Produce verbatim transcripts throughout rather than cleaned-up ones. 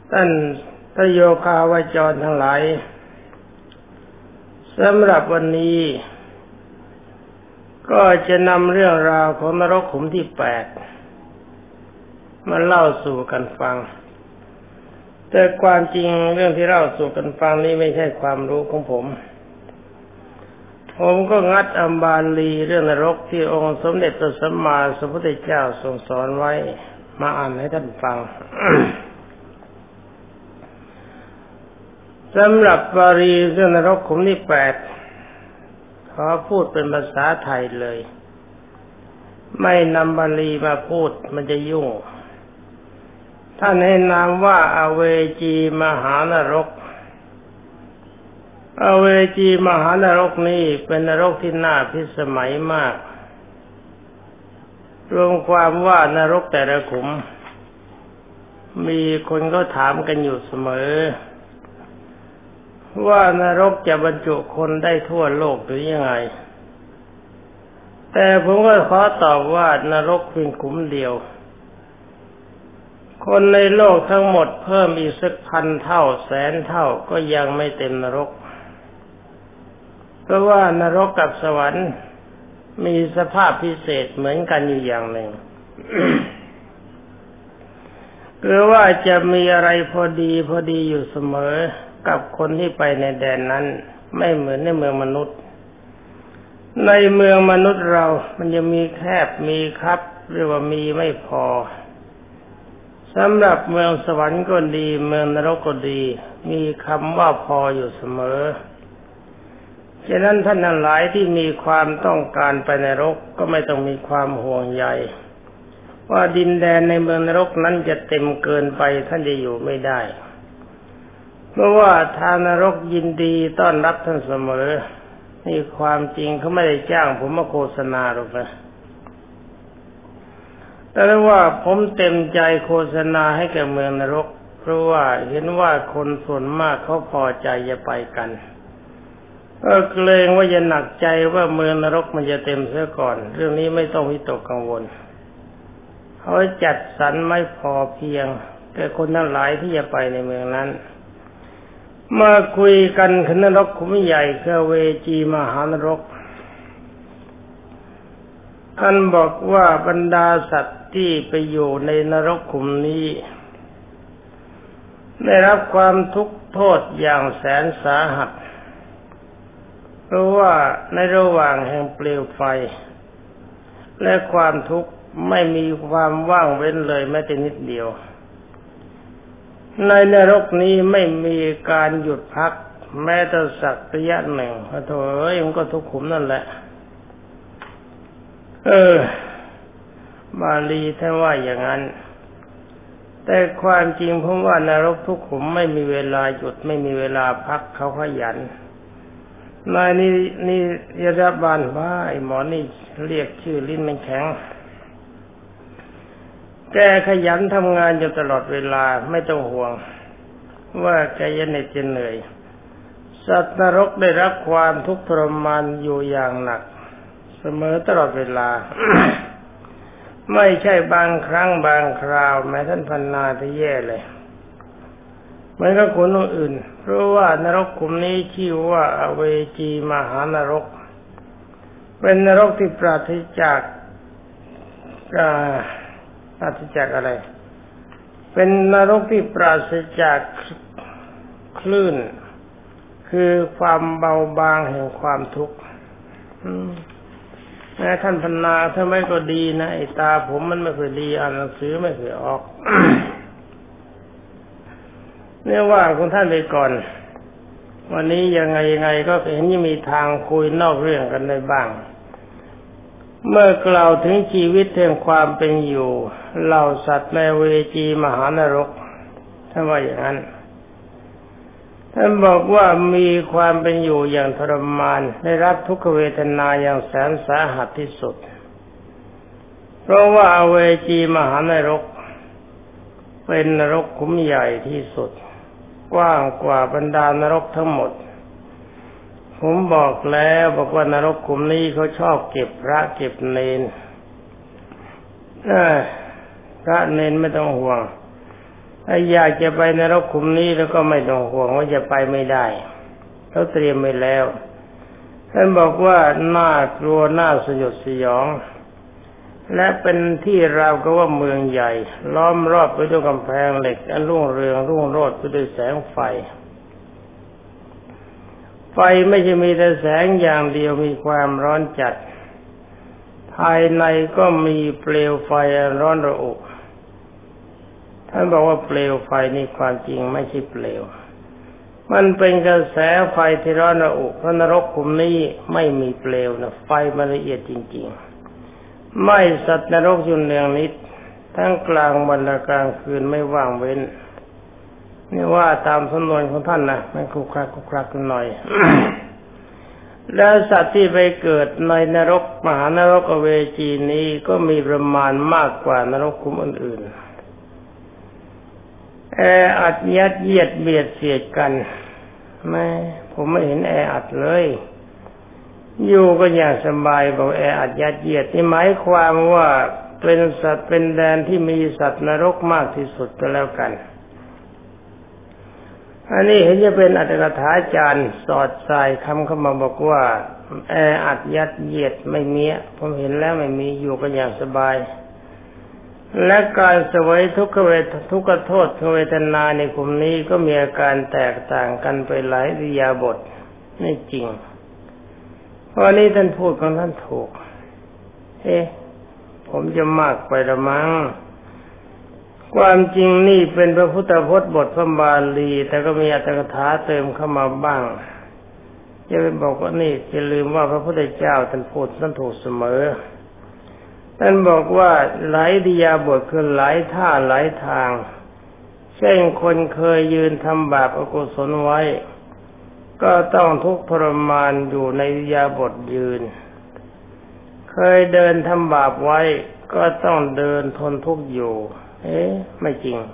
ท่านทโยคาวจรทั้งหลายสำหรับวันนี้ก็จะนำเรื่องราวของนรกขุมที่แปดมาเล่าสู่กันฟังแต่ความจริงเรื่องที่เล่าสู่กันฟังนี้ไม่ใช่ความรู้ของผมผมก็งัดอัมบาลีเรื่องนรกที่องค์สมเด็จพระสัมมาสัมพุทธเจ้าทรงสอนไว้มาอ่านให้ท่านฟัง สำหรับบาลีเรื่องนรกขุมที่แปดขอพูดเป็นภาษาไทยเลยไม่นำบาลีมาพูดมันจะยุ่งท่านให้นามว่าอเวจีมหานรกอเวจีมหานรกนี้เป็นนรกที่น่าพิสมัยมากรวมความว่านรกแต่ละขุมมีคนก็ถามกันอยู่เสมอว่านรกจะบรรจุคนได้ทั่วโลกหรือยังไงแต่ผมก็ขอตอบว่านรกเพียงขุมเดียวคนในโลกทั้งหมดเพิ่มอีกสักพันเท่าแสนเท่าก็ยังไม่เต็มนรกเพราะว่านรกกับสวรรค์มีสภาพพิเศษเหมือนกันอยู่อย่างหนึ่ง คือว่าจะมีอะไรพอดีพอดีอยู่เสมอกับคนที่ไปในแดนนั้นไม่เหมือนในเมืองมนุษย์ในเมืองมนุษย์เรามันจะมีแคบมีคับหรือว่ามีไม่พอสำหรับเมืองสวรรค์ก็ดีเมืองนรกก็ดีมีคำว่าพออยู่เสมอฉะนั้นท่านทั้งหลายที่มีความต้องการไปนรกก็ไม่ต้องมีความห่วงใยว่าดินแดนในเมืองนรกนั้นจะเต็มเกินไปท่านจะอยู่ไม่ได้เพราะว่าทางนรกยินดีต้อนรับท่านเสมอนี่ความจริงเขาไม่ได้จ้างผมมาโฆษณาหรอกนะแต่ว่าผมเต็มใจโฆษณาให้แก่เมืองนรกเพราะว่าเห็นว่าคนส่วนมากเขาพอใจจะไปกันก็เกรงว่าจะหนักใจว่าเมืองนรกมันจะเต็มเสียก่อนเรื่องนี้ไม่ต้องวิตกกังวลเขาจัดสรรไม่พอเพียงแก่คนทั้งหลายที่จะไปในเมืองนั้นมาคุยกันคือนรกขุมใหญ่คือเวจีมหานรกท่านบอกว่าบรรดาสัตว์ที่ไปอยู่ในนรกขุมนี้ได้รับความทุกข์โทษอย่างแสนสาหัสเพราะว่าในระหว่างแห่งเปลวไฟและความทุกข์ไม่มีความว่างเว้นเลยแม้แต่นิดเดียวในนรกนี้ไม่มีการหยุดพักแม้แต่สักระยะหนึ่งโธ่เอ้ยมันก็ทุกขุมนั่นแหละเออบาลีท่านว่าอย่างนั้นแต่ความจริงผมว่านรกทุกขุมไม่มีเวลาหยุดไม่มีเวลาพักเขาขยันนายนี่นี่ยศบาลว่าไอ้หมอนี่เรียกชื่อลิ้นมันแข็งแกขยันทำงานอยู่ตลอดเวลาไม่ต้องห่วงว่าแกจะเหน็ดจะเหนื่อยสัตว์นรกได้รับความทุกข์ทรมานอยู่อย่างหนักเสมอตลอดเวลา ไม่ใช่บางครั้งบางคราวแม้ท่านพันนาที่แย่เลยมันก็คนอื่นเพราะว่านรกขุมนี้ชื่อว่าอเวจีมหานรกเป็นนรกที่ปราศจากปราศจากอะไรเป็นนรกที่ปราศจากคลื่นคือความเบาบางแห่งความทุกข์แม้ท่านพรรณนาถ้าไม่ก็ดีนะไอ้ตาผมมันไม่เคยดีอ่านหนังสือไม่เคยออก เนี่ยว่าคุณท่านไปก่อนวันนี้ยังไงยังไงก็เห็นยังมีทางคุยนอกเรื่องกันได้บ้างเมื่อกล่าวถึงชีวิตแห่งความเป็นอยู่เหล่าสัตว์ในเวจีมหานรกท่านว่าอย่างนั้นท่านบอกว่ามีความเป็นอยู่อย่างทรมานได้รับทุกขเวทนาอย่างแสนสาหัสที่สุดเพราะว่าเวจีมหานรกเป็นนรกขุมใหญ่ที่สุดกว้างกว่าบรรดานรกทั้งหมดผมบอกแล้วบอกว่านรกขุมนี้เขาชอบเก็บพระเก็บเณรพระเณรไม่ต้องห่วงถ้าอยากจะไปนรกขุมนี้แล้วก็ไม่ต้องห่วงว่าจะไปไม่ได้เขาเตรียมไว้แล้วท่านบอกว่าน่ากลัวน่าสยดสยองและเป็นที่ราวกับว่าเมืองใหญ่ล้อมรอบไปด้วยกำแพงเหล็กอันรุ่งเรืองรุ่งโรจน์ไปด้วยแสงไฟไฟไม่ใช่มีแต่แสงอย่างเดียวมีความร้อนจัดภายในก็มีเปลวไฟร้อนระอุท่านบอกว่าเปลวไฟนี่ความจริงไม่ใช่เปลวมันเป็นกระแสไฟที่ร้อนระอุเพราะนรกขุมนี้ไม่มีเปลวนะไฟมันละเอียดจริงๆไหม้สัตว์นรกอยู่เนืองนิดทั้งกลางวันและกลางคืนไม่ว่างเว้นนี่ว่าตามสำนวนของท่านนะมันคุกคักคุกคักหน่อย แล้วสัตว์ที่ไปเกิดในนรกมหานรกอเวจีนี้ก็มีประมาณมากกว่านรกขุมอื่นๆแออัดยัดเยียดเบียดเสียดกันแม่ผมไม่เห็นแออัดเลยอยู่ก็อย่างสบายบอกแออัดยัดเยียดนี่หมายความว่าเป็นสัตว์เป็นแดนที่มีสัตว์นรกมากที่สุดก็แล้วกันอันนี้เห็นจะเป็นอัตถกถาจารย์สอดใส่คำเข้ามาบอกว่าแออัดยัดเยียดไม่มีผมเห็นแล้วไม่มีอยู่กันอย่างสบายและการเสวยทุกขเวททุกขโทษเวทนาในกลุ่มนี้ก็มีอาการแตกต่างกันไปหลายอิริยาบถไม่จริงเพราะนี้ท่านพูดของท่านถูกเอ๊ะผมจะมากไปละมั้งความจริงนี่เป็นพระพุทธพจน์บทพระบาลีแต่ก็มีอัตถกถาเติมเข้ามาบ้างจะไปบอกว่านี่จะลืมว่าพระพุทธเจ้าท่านพูดท่านถูกเสมอท่านบอกว่าหลายอิริยาบถคือหลายท่าหลายทางเช่นคนเคยยืนทำบาปอกุศลไว้ก็ต้องทุกข์ทรมานอยู่ในอิริยาบถยืนเคยเดินทำบาปไว้ก็ต้องเดินทนทุกข์อยู่เอ๊ะไม่จริง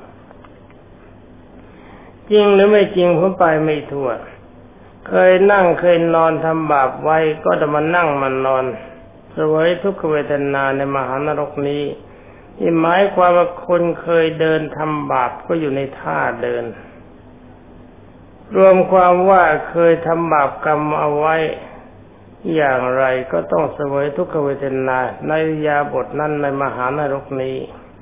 จริงหรือไม่จริงผมไปไม่ทั่วเคยนั่งเคยนอนทำบาปไว้ก็จะมานั่งมานอนเสวยทุกขเวทนาในมหานรกนี้ที่หมายความว่าคนเคยเดินทำบาปก็อยู่ในท่าเดินรวมความว่าเคยทำบาปกรรมเอาไว้อย่างไรก็ต้องเสวยทุกขเวทนาในอิริยาบถนั้นในมหานรกนี้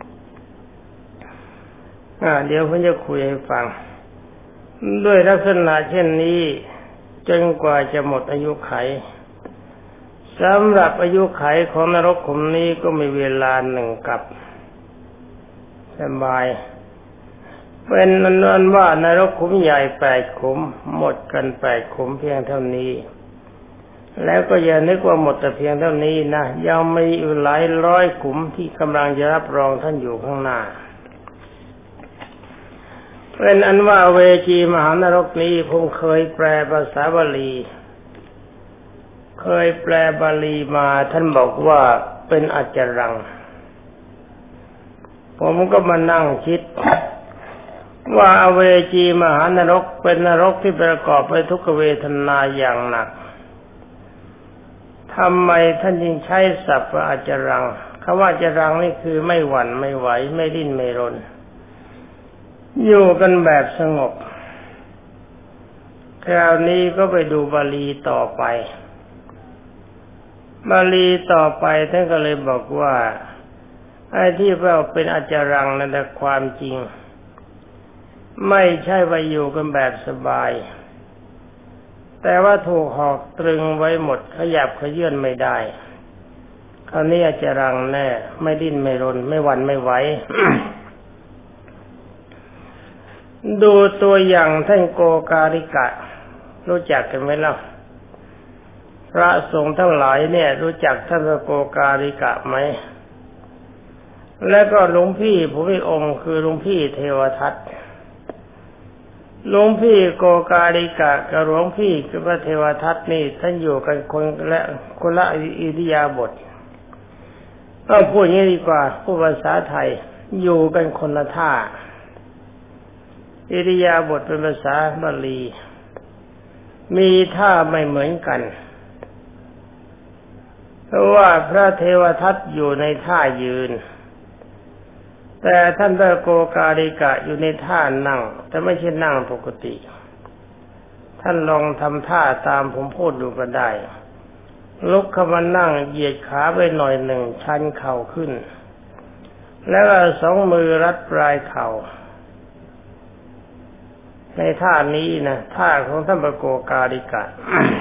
อ่าเดี๋ยวผมจะคุยให้ฟังด้วยลักษณะเช่นนี้จนกว่าจะหมดอายุไขสำหรับอายุไขของนรกขุมนี้ก็มีเวลาหนึ่งกับสบายเป็นนั้นว่านรกขุมใหญ่แปดขุมหมดกันแปดขุมเพียงเท่านี้แล้วก็อย่านึกว่าหมดแต่เพียงเท่านี้นะยังมีอยู่หลายร้อยขุมที่กำลังจะรับรองท่านอยู่ข้างหน้าเป็นอันว่าเวจีมหานรกนี้ผมเคยแปลภาษาบาลีเคยแปลบาลีมาท่านบอกว่าเป็นอจรังผมก็มานั่งคิดว่าอเวจีมหานรกเป็นนรกที่ประกอบไปทุกขเวทนาอย่างหนักทำไมท่านจึงใช้ศัพท์ว่าอจรังคำว่าอจรังนี่คือไม่หวั่นไม่ไหวไม่ดิ้นไม่รนอยู่กันแบบสงบคราวนี้ก็ไปดูบาลีต่อไปบาลีต่อไปท่านก็เลยบอกว่าไอ้ที่เราเป็นอจรังนั่นแต่ความจริงไม่ใช่ว่าอยู่กันแบบสบายแต่ว่าถูกหอกตรึงไว้หมดขยับขยื่นไม่ได้คราวนี้อจรังแน่ไม่ดิ้นไม่รนไม่หวั่นไม่ไหว ดูตัวอย่างท่านโกการิกะรู้จักกันไหมล่ะพระสงฆ์ทั้งหลายเนี่ยรู้จักท่านโกการิกะไหมแล้วก็หลวงพี่ผมอีกองค์คือหลวงพี่เทวทัตหลวงพี่โกการิกะกับหลวงพี่คือพระเทวทัตนี่ท่านอยู่กันคนละคนละอิริยาบถต้องพูดอย่างนี้ดีกว่าพูดภาษาไทยอยู่กันคนละท่าอิริยาบถเป็นภาษาบาลีมีท่าไม่เหมือนกันเพราะว่าพระเทวทัตอยู่ในท่ายืนแต่ท่านพระโกกาลิกะอยู่ในท่านั่งแต่ไม่ใช่นั่งปกติท่านลองทำท่าตามผมพูดดูก็ได้ลุกขึ้นมานั่งเหยียดขาไปหน่อยหนึ่งชันเข่าขึ้นแล้วก็สองมือรัดปลายเข่าในท่านี้นะท่าของท่านพระโกกาลิกะ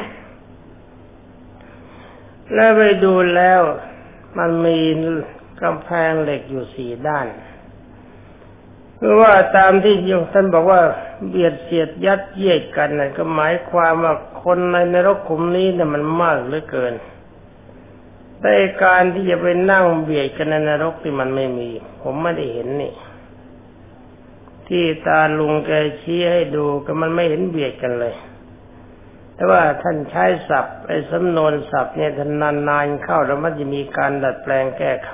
แล้วไปดูแล้วมันมีกำแพงเหล็กอยู่สี่ด้านคือว่าตามที่ท่านบอกว่าเบียดเสียดยัดเยียดกันนั่นก็หมายความว่าคนในนรกขุมนี้เนี่ยมันมากเหลือเกินแต่การที่จะไปนั่งเบียดกันในนรกที่มันไม่มีผมไม่ได้เห็นนี่ที่ตาลุงแกชี้ให้ดูก็มันไม่เห็นเบียดกันเลยแต่ว่าท่านใช้ศัพท์ไอ้สำนวนศัพท์เนี่ยท่านนานๆเข้าแล้วมันจะมีการดัดแปลงแก้ไข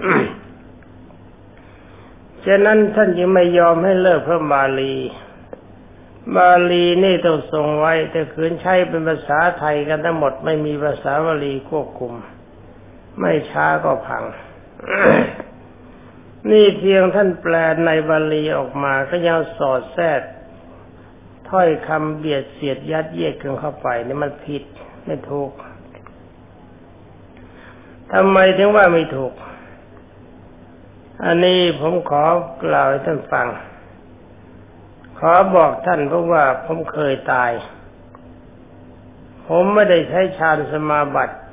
ฉะนั้นท่านจึงไม่ยอมให้เลิกพระบาลีบาลีนี่ต้องทรงไว้แต่ขืนใช้เป็นภาษาไทยกันทั้งหมดไม่มีภาษาบาลีควบคุมไม่ช้าก็พัง นี่เพียงท่านแปลในบาลีออกมาก็ยังสอดแทรกถ้อยคำเบียดเสียดยัดเยียดกันเข้าไปนี่มันผิดไม่ถูกทำไมถึงว่าไม่ถูกอันนี้ผมขอกล่าวให้ท่านฟังขอบอกท่านเพราะว่าผมเคยตายผมไม่ได้ใช้ฌานสมาบัติ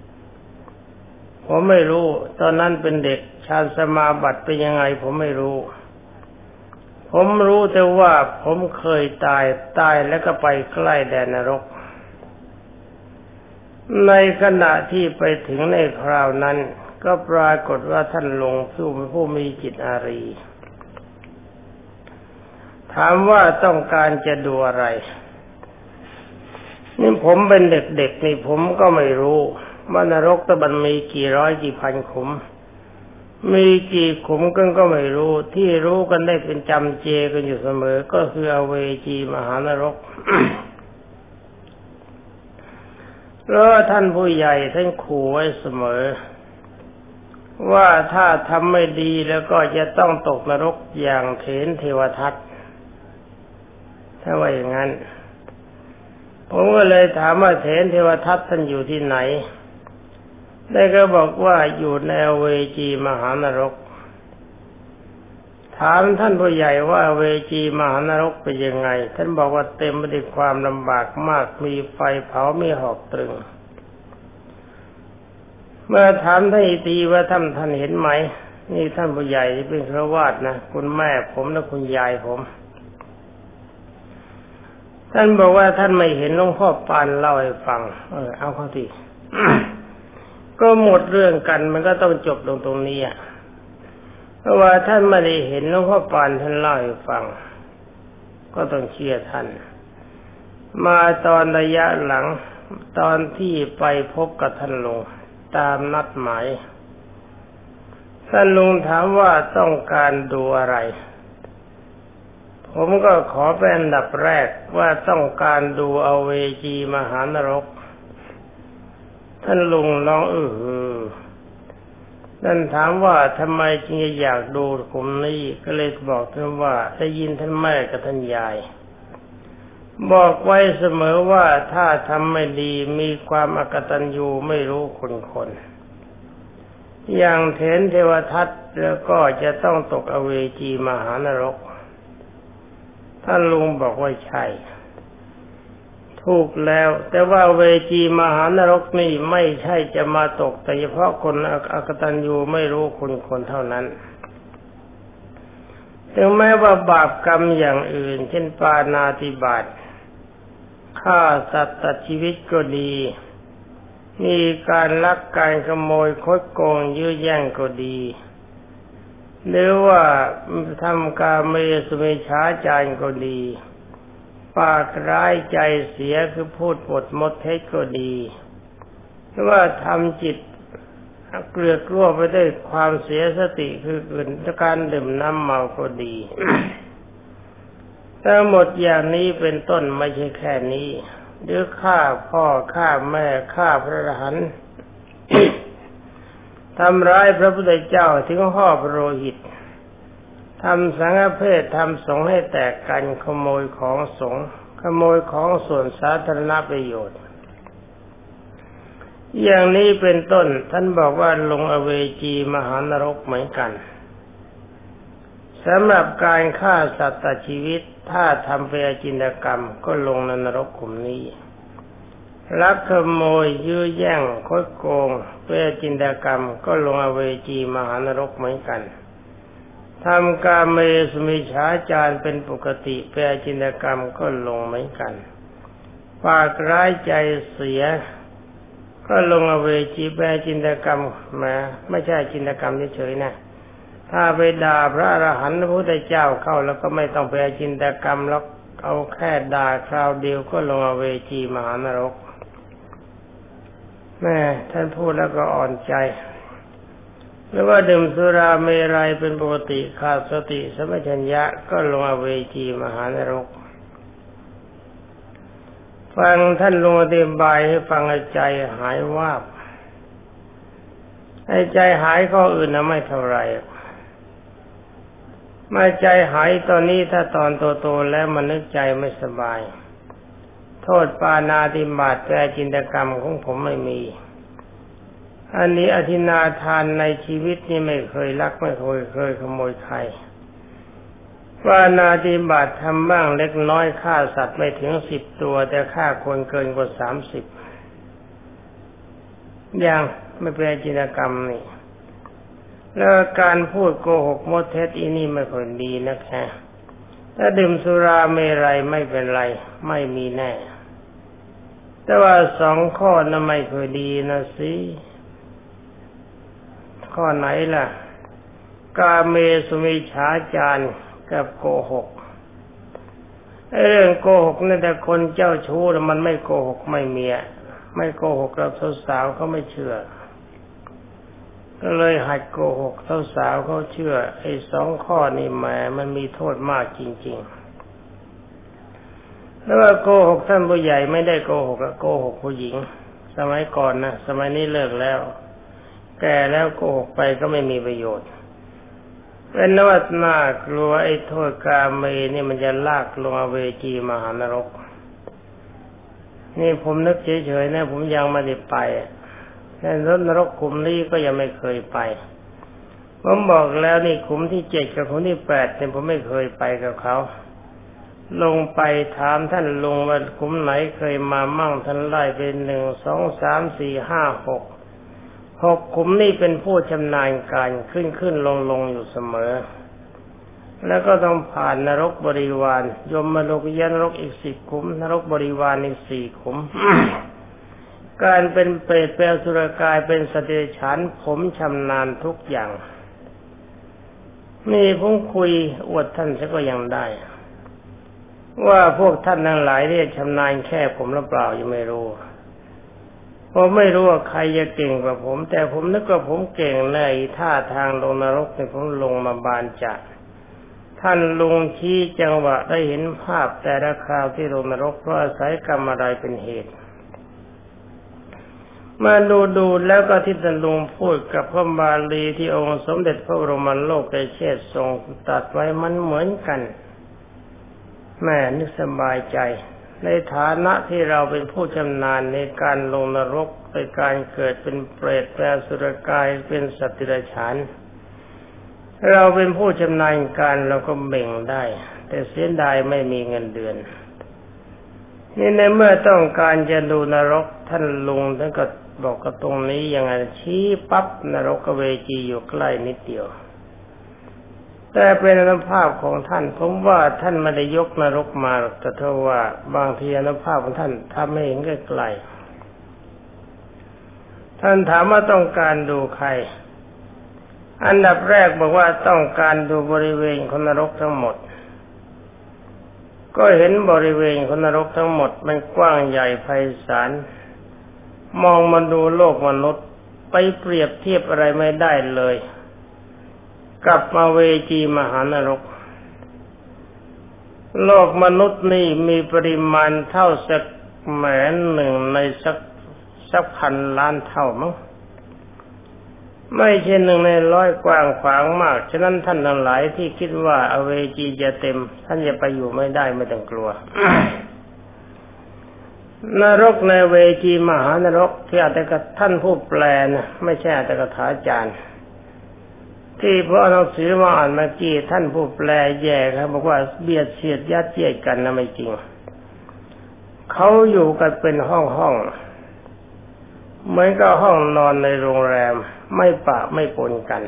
ผมไม่รู้ตอนนั้นเป็นเด็กฌานสมาบัติเป็นยังไงผมไม่รู้ผมรู้แต่ว่าผมเคยตายตายแล้วก็ไปใกล้แดนนรกในขณะที่ไปถึงในคราวนั้นก็ปรากฏว่าท่านลงผู้ผู้มีจิตอารีถามว่าต้องการจะดูอะไรนี่ผมเป็นเด็กๆนี่ผมก็ไม่รู้ว่านรกตะบันมีกี่ร้อยกี่พันขุมมีกี่ขุมกันก็ไม่รู้ที่รู้กันได้เป็นจำเจกันอยู่เสมอก็คืออเวจีมหานรก แล้วท่านผู้ใหญ่ท่านขู่ไว้เสมอว่าถ้าทำไม่ดีแล้วก็จะต้องตกนรกอย่างเถนเทวทัตถ้าว่าอย่างนั้นผมก็เลยถามว่าเถนเทวทัตท่านอยู่ที่ไหนได้ก็บอกว่าอยู่ในอเวจีมหานรกถามท่านผู้ใหญ่ว่าอเวจีมหานรกเป็นยังไงท่านบอกว่าเต็มไปด้วยความลำบากมากมีไฟเผามีหอกตรึงเมื่อถามท่านอีตีว่าท่านท่านเห็นไหมนี่ท่านผู้ใหญ่ที่เป็นฆราวาสนะคุณแม่ผมและคุณยายผมท่านบอกว่าท่านไม่เห็นหลวงพ่อปานเล่าให้ฟังเออเอาเข้าที่ ก็หมดเรื่องกันมันก็ต้องจบลงตรงนี้อ่ะเพราะว่าท่านไม่ได้เห็นหลวงพ่อปานท่านเล่าให้ฟังก็ต้องเชื่อท่านมาตอนระยะหลังตอนที่ไปพบกับท่านลุงตามนัดหมายท่านลุงถามว่าต้องการดูอะไรผมก็ขอเป็นอันดับแรกว่าต้องการดูอเวจีมหานรกท่านลุงร้องอื้อหือท่านถามว่าทำไมจึงอยากดูผมนี่ก็เลยบอกท่านว่าได้ยินท่านแม่กับท่านยายบอกไว้เสมอว่าถ้าทำไม่ดีมีความอกตัญญูไม่รู้คุณคนอย่างเถนเทวทัตแล้วก็จะต้องตกอเวจีมหานรกท่านลุงบอกว่าใช่ถูกแล้วแต่ว่าเวจีมหานรกนี่ไม่ใช่จะมาตกแต่เฉพาะคนอกตัญญูไม่รู้คุณคนเท่านั้นถึงแม้ว่าบาปกรรมอย่างอื่นเช่นปาณาติบาตฆ่าสัตว์ตัดชีวิตก็ดีมีการลักการขโมยคดโกงยื้อแย่งก็ดีหรือว่าทำกาเมสุมิจฉาจารก็ดีปากร้ายใจเสียคือพูดปดมดเท็จก็ดีหรือว่าทำจิตเกลือกลัวไปด้วยความเสียสติคือการดื่มน้ำเมาก็ดี ทั้งหมดอย่างนี้เป็นต้นไม่ใช่แค่นี้หรือฆ่าพ่อฆ่าแม่ฆ่าพระอรหันต์ ทำร้ายพระพุทธเจ้าถึงห่อพระโลหิตทำสังฆเพศทำสงฆ์ให้แตกกันขโมยของสงฆ์ขโมยของส่วนสาธารณประโยชน์อย่างนี้เป็นต้นท่านบอกว่าลงอเวจีมหานรกเหมือนกันสำหรับการฆ่าสัตว์ตัดชีวิตถ้าทำเป็นอจินกรรมก็ลงในนรกกลุ่มนี้ลักขโมยยื้อแย่งคดโกงเป็นอจินกรรมก็ลงอเวจีมหานรกเหมือนกันทำกาเมสุมิจฉาจารเป็นปกติเป็นอจินกรรมก็ลงเหมือนกันปากร้ายใจเสียก็ลงอเวจีแปลจินตกรรมมาไม่ใช่จินตกรรมเฉยๆนะถ้าไปด่าพระอรหันต์พระพุทธเจ้าเข้าแล้วก็ไม่ต้องแปลจินตกรรมแล้วเอาแค่ด่าคราวเดียวก็ลงอเวจีมหานรกแม่ท่านพูดแล้วก็อ่อนใจหรือว่าดื่มสุราเมรัยเป็นปกติขาดสติสัมปชัญญะก็ลงอเวจีมหานรกฟังท่านลงอธิบายให้ฟังใจหายวาบให้ใจหายข้ออื่นนะไม่เท่าไรมาใจหายตอนนี้ถ้าตอนโตๆแล้วมันนึกใจไม่สบายโทษปาณาติบาตแต่จินตกรรมของผมไม่มีอันนี้อธินาทานในชีวิตนี่ไม่เคยลักไม่เคยเคยขโมยใครปาณาติบาตทำบ้างเล็กน้อยฆ่าสัตว์ไม่ถึงสิบตัวแต่ฆ่าคนเกินกว่าสามสิบอย่างไม่เป็นจินตกรรมนี่แล้วการพูดโกหกมดเท็จอีนี่ไม่ค่อยดีนะแค่ถ้าดื่มสุราเมรัยไม่เป็นไรไม่มีแน่แต่ว่าสองข้อนั้นไม่ค่อยดีนะสิข้อไหนล่ะกาเมสุมิจฉาจารกับโกหกไอ้เรื่องโกหกนี่แต่คนเจ้าชู้แล้วมันไม่โกหกไม่เมียไม่โกหกกับสาวๆเขาไม่เชื่อก็เลยหัดโกหกสาวๆเขาเชื่อไอ้สองข้อนี่แหมมันมีโทษมากจริงๆแล้วว่าโกหกท่านผู้ใหญ่ไม่ได้โกหกโกหกผู้หญิงสมัยก่อนนะสมัยนี้เลิกแล้วแก่แล้วโกหกไปก็ไม่มีประโยชน์เป็นนวัตน่ากลัวไอ้โทษกาเมนี่มันจะลากลงอเวจีมหานรกนี่ผมนึกเฉยๆนะผมยังไม่ได้ไปในนรกกลุ่มนี้ก็ยังไม่เคยไปผมบอกแล้วนี่กลุ่มที่เจ็ดกับกลุ่มที่แปดเนี่ยผมไม่เคยไปกับเขาลงไปถามท่านลุงว่ากลุ่มไหนเคยมามั่งท่านไล่เป็นหนึ่งสองสามสี่ห้าหกหกกลุ่มนี้เป็นผู้ชำนาญการขึ้นขึ้นลงลงอยู่เสมอแล้วก็ต้องผ่านนรกบริวารยมนรกยนรกอีกสิบขุมนรกบริวารอีกสี่ขุม การเป็นเปรตเป็นอสุรกายเป็นสัตว์เดรัจฉานผมชำนาญทุกอย่างนี่ผมคุยอวดท่านซะก็ยังได้ว่าพวกท่านทั้งหลายเนี่ยชำนาญแค่ผมหรือเปล่ายังไม่รู้ผมไม่รู้ว่าใครจะเก่งกว่าผมแต่ผมนึกว่าผมเก่งในท่าทางลงนรกเนี่ยผมลงมาบานจัดท่านลุงชี้จังหวะได้เห็นภาพแต่ละคราวที่ลงนรกเพราะอาศัยกรรมอะไรเป็นเหตุมาดูดูแล้วก็ที่ท่านลุงพูดกับพระบาลีที่องค์สมเด็จพระบรมโลกเชษฐ์ทรงตรัสไว้มันเหมือนกันแม่นึกสบายใจในฐานะที่เราเป็นผู้ชำนาญในการลงนรกในการเกิดเป็นเปรตเป็นอสุรกายเป็นสัตว์เดรัจฉานเราเป็นผู้ชำนาญการเราก็เบ่งได้แต่เสียดายไม่มีเงินเดือนนี่ในเมื่อต้องการจะดูนรกท่านลุงท่านก็บอกกับตรงนี้ยังไงชี้ปั๊บนรกเวจีอยู่ใกล้นิดเดียวแต่เป็นอนุภาพของท่านผมว่าท่านไม่ได้ยกนรกมาหรอกแต่เท่าว่าบางทีอนุภาพของท่านทำให้เห็นใกล้ๆท่านถามว่าต้องการดูใครอันดับแรกบอกว่าต้องการดูบริเวณของนรกทั้งหมดก็เห็นบริเวณของนรกทั้งหมดมันกว้างใหญ่ไพศาลมองมาดูโลกมนุษย์ไปเปรียบเทียบอะไรไม่ได้เลยกับมาเวจีมหานรกโลกมนุษย์นี่มีปริมาณเท่าสักแหมหนึ่งในสักสักพันล้านเท่ามั้งไม่ใช่หนึ่งในร้อยกว้างขวางมากฉะนั้นท่านทั้งหลายที่คิดว่าอเวจีจะเต็มท่านจะไปอยู่ไม่ได้ไม่ต้องกลัว นรกในเวจีมหานรกที่อาจารย์ท่านผู้แปลนะไม่ใช่อาจารย์ถาจารย์ที่พระหนังสือมาอ่านเมื่อกี้ท่านผู้แปลแย่ครับบอกว่าเบียดเสียดยัดเยียดกันนะไม่จริงเขาอยู่กันเป็นห้องห้องเหมือนกับห้องนอนในโรงแรมไม่ปะไม่ปนกัน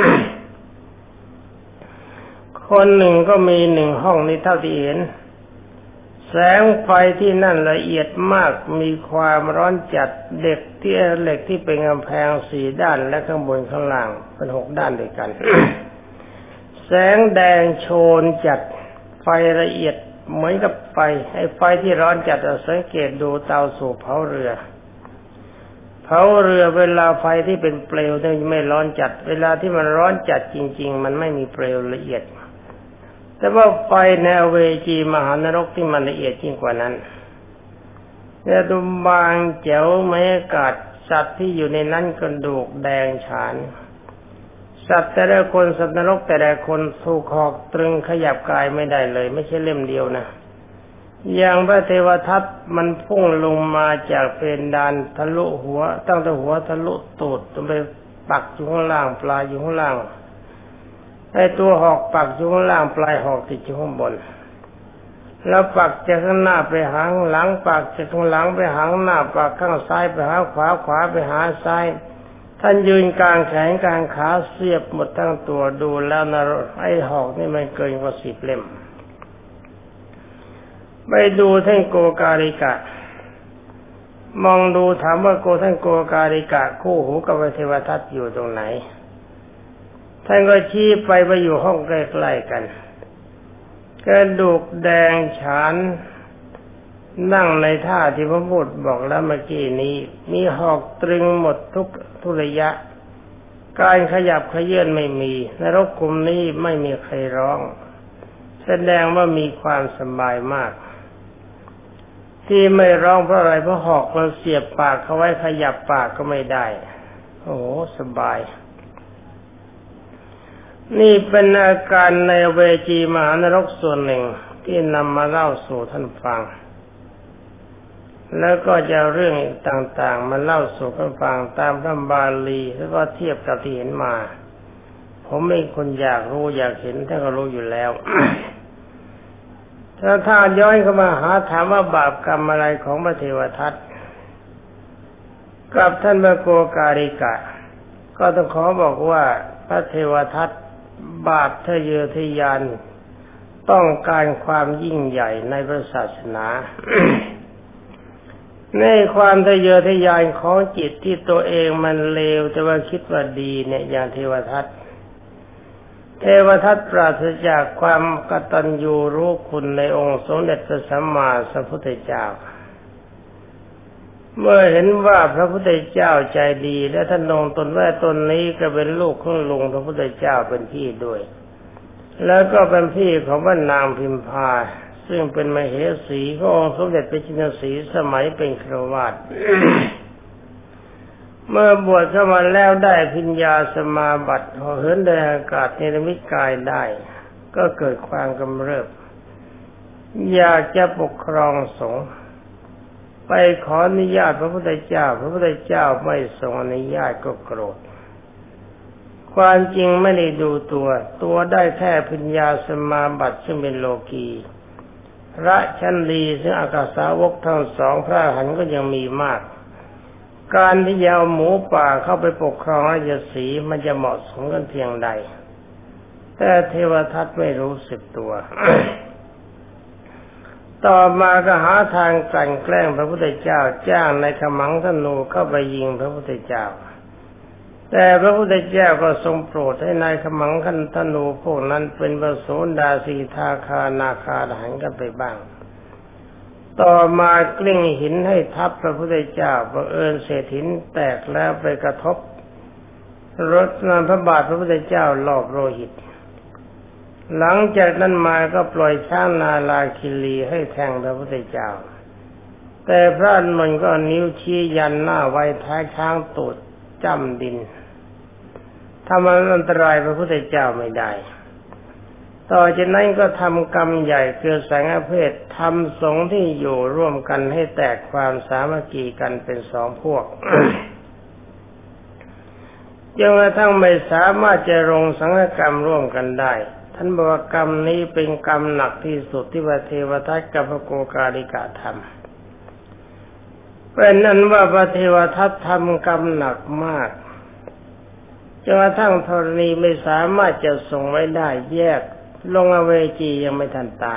คนหนึ่งก็มีหนึ่งห้องนี้เท่าที่เห็นแสงไฟที่นั่นละเอียดมากมีความร้อนจัดเด็กที่เหล็กที่เป็นกำแพงสี่ด้านและข้างบนข้างล่างเป็นหกด้านด้วยกัน แสงแดงโชนจัดไฟละเอียดเหมือนกับไฟไอ้ไฟที่ร้อนจัดเราสังเกตดูเตาสูบเผาเรือเผาเรือเวลาไฟที่เป็นเปลวเนี่ยไม่ร้อนจัดเวลาที่มันร้อนจัดจริงๆมันไม่มีเปลวละเอียดแต่ว่าไฟในอเวจีมหานรกที่มันละเอียดยิ่งกว่านั้นเนี่ยดูบางแจ๋วบรรยากาศสัตว์ที่อยู่ในนั้นกระดูกแดงฉานสัตว์แต่ละคนสัตว์นรกแต่ละคนถูกหอกตรึงขยับกายไม่ได้เลยไม่ใช่เล่มเดียวนะอย่างพระเทวทัตมันพุ่งลงมาจากเพดานทะลุหัวตั้งแต่หัวทะลุตูดจนไปปักอยู่ข้างล่างปลายอยู่ข้างล่างไอ้ตัวหอกปักอยู่ข้างล่างปลายหอกติดอยู่ข้างบนแล้วปักจากข้างหน้าไปหางหลังปักจากข้างหลังไปหางหน้าปักข้างซ้ายไปหาขวาขวาไปหาซ้ายท่านยืนกลางแขนกลางขาเสียบหมดทั้งตัวดูแล้วนะไอ้หอกนี่มันเกินกว่าสิบเล่มไปดูท่านโกกาลิกะมองดูถามว่าโกท่านโกกาลิกะคู่หูกับเทวทัตอยู่ตรงไหนท่านก็ชี้ไปไปอยู่ห้องใกล้ๆกันกระดูกแดงฉานนั่งในท่าที่พระพุทธบอกแล้วเมื่อกี้นี้มีหอกตรึงหมดทุกทุกระยะการขยับเขยื้อนไม่มีนรกกลุ่มนี้ไม่มีใครร้องแสดงว่ามีความสบายมากที่ไม่ร้องเพราะอะไรเพราะหอกมันเสียบปากเขาไว้ขยับปากก็ไม่ได้โอ้โหสบายนี่เป็นอาการในเวจีมหานรกส่วนหนึ่งที่นำมาเล่าสู่ท่านฟังแล้วก็จะเรื่องต่างๆมาเล่าสู่ท่านฟังตามพระบาลีแล้วก็เทียบกับที่เห็นมาผมไม่คนอยากรู้อยากเห็นท่านก็รู้อยู่แล้ว ถ้าท่านย้อนเข้ามาหาถามว่าบาปกรรมอะไรของพระเทวทัตกับท่านพระโกกาลิกะก็ต้องขอบอกว่าพระเทวทัตบาปทะเยอทะยานต้องการความยิ่งใหญ่ในพระศาสนา ในความทะเยอทะยานของจิตที่ตัวเองมันเลวแต่ว่าคิดว่าดีเนี่ยอย่างเทวทัตเทวทัตปราศจากความกตัญญูรู้คุณในองค์สมเด็จพระสัมมาสัมพุทธเจ้าเมื่อเห็นว่าพระพุทธเจ้าใจดีและท่านลงตนว่าตนนี้ก็เป็นลูกของลุงพระพุทธเจ้าเป็นพี่ด้วยแล้วก็เป็นพี่ของพระนางพิมพาซึ่งเป็นมเหสีขององค์สมเด็จพระจินสีสมัยเป็นคฤหัสถ์ เมื่อบวชเข้ามาแล้วได้ภิญญาสมาบัติเหินเดินอากาศเนรมิตกายได้ก็เกิดความกำเริบอยากจะปกครองสงฆ์ไปขออนุญาตพระพุทธเจ้าพระพุทธเจ้าไม่ทรงอนุญาตก็โกรธความจริงไม่ได้ดูตัวตัวได้แค่ภิญญาสมาบัติซึ่งเป็นโลกีพระชั้นดีซึ่งอากาสาวกทั้งสองพระอรหันต์ก็ยังมีมากการที่จะเอาหมูป่าเข้าไปปกครองราชสีห์มันจะเหมาะสมกันเพียงใดแต่เทวทัตไม่รู้สึกตัว ต่อมาก็หาทางกลั่นแกล้งพระพุทธเจ้าจ้างนายขมังธนูเข้าไปยิงพระพุทธเจ้าแต่พระพุทธเจ้าก็ทรงโปรดให้นายขมังธนูพวกนั้นเป็นพระโสดาสีทาคานาคาหันกันไปบ้างต่อมากลิ้งหินให้ทับพระพุทธเจ้าบังเอิญเศษหินแตกแล้วไปกระทบรถนำพระบาทพระพุทธเจ้าลอกโลหิตหลังจากนั้นมาก็ปล่อยช้างนาลาคิรีให้แทงพระพุทธเจ้าแต่พระอานนท์ก็นิ้วชี้ยันหน้าไว้ท้ายช้างตูดจ้ำดินทำอันตรายพระพุทธเจ้าไม่ได้ต่อจากนั้นก็ทำกรรมใหญ่คือแสงอเพศทำสงฆ์ที่อยู่ร่วมกันให้แตกความสามัคคีกันเป็นสองพวก จนกระทั่งไม่สามารถจะลงสังฆกรรมร่วมกันได้ท่านบอกว่ากรรมนี้เป็นกรรมหนักที่สุดที่พระเทวทัตกับพระโกกาลิกาทำเป็นนั้นว่าพระเทวทัตทำกรรมหนักมากจนกระทั่งธรณีไม่สามารถจะทรงไว้ได้แยกลงอเวจียังไม่ทันตาย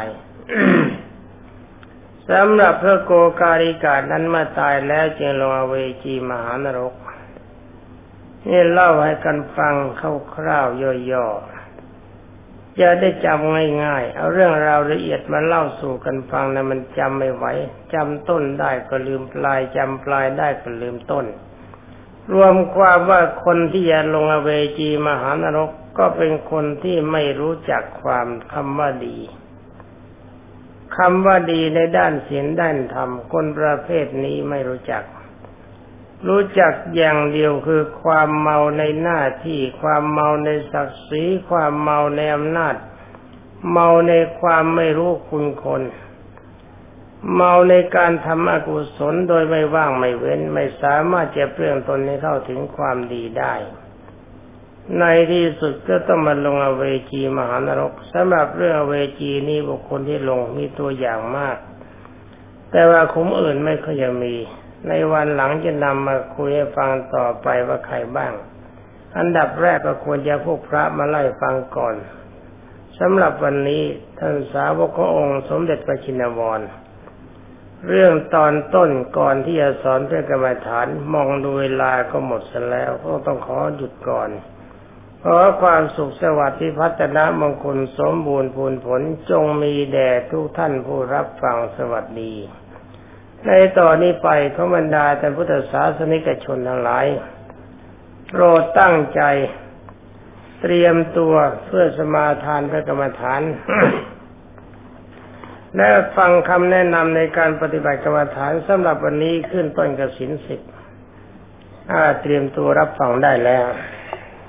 สำหรับพระโกกาลิกานั้นมาตายแล้วจึงลงอเวจีมหานรกนี่เล่าให้กันฟังคร่าวๆย่อๆจะได้จำง่ายๆเอาเรื่องราวละเอียดมาเล่าสู่กันฟังนะมันจำไม่ไหวจำต้นได้ก็ลืมปลายจำปลายได้ก็ลืมต้นรวมความว่าคนที่จะลงอเวจีมหานรกก็เป็นคนที่ไม่รู้จักความคำว่าดีคำว่าดีในด้านศีลด้านธรรมคนประเภทนี้ไม่รู้จักรู้จักอย่างเดียวคือความเมาในหน้าที่ความเมาในศักดิ์ศรีความเมาในอำนาจเมาในความไม่รู้คุณคนเมาในการทำอกุศลโดยไม่ว่างไม่เว้นไม่สามารถจะเปลื้องตนให้เข้าถึงความดีได้ในที่สุดก็ต้องมาลงอเวจีมหานรกสำหรับเรื่องอเวจีนี้บุคคลที่ลงมีตัวอย่างมากแต่ว่าขุมอื่นไม่ค่อยจะมีในวันหลังจะนำมาคุยให้ฟังต่อไปว่าใครบ้างอันดับแรกก็ควรจะพวกพระมาไล่ฟังก่อนสำหรับวันนี้ท่านสาวกขององค์สมเด็จพระชินวรเรื่องตอนต้นก่อนที่จะสอนเรื่องกรรมฐานมองดูเวลาก็หมดซะแล้วก็ต้องขอหยุดก่อนขอความสุขสวัสดิ์พิพัฒนมงคลสมบูรณ์ผลผลจงมีแด่ทุกท่านผู้รับฟังสวัสดีในต่อนนี้ไปขอบรรดาท่านพุทธศาสนิกชนทั้งหลายโปรดตั้งใจเตรียมตัวเพื่อสมาทานพระกรรมฐาน และฟังคำแนะนำในการปฏิบัติกรรมฐานสำหรับวันนี้ขึ้นต้นกสิณสิบเตรียมตัวรับฟังได้แล้ว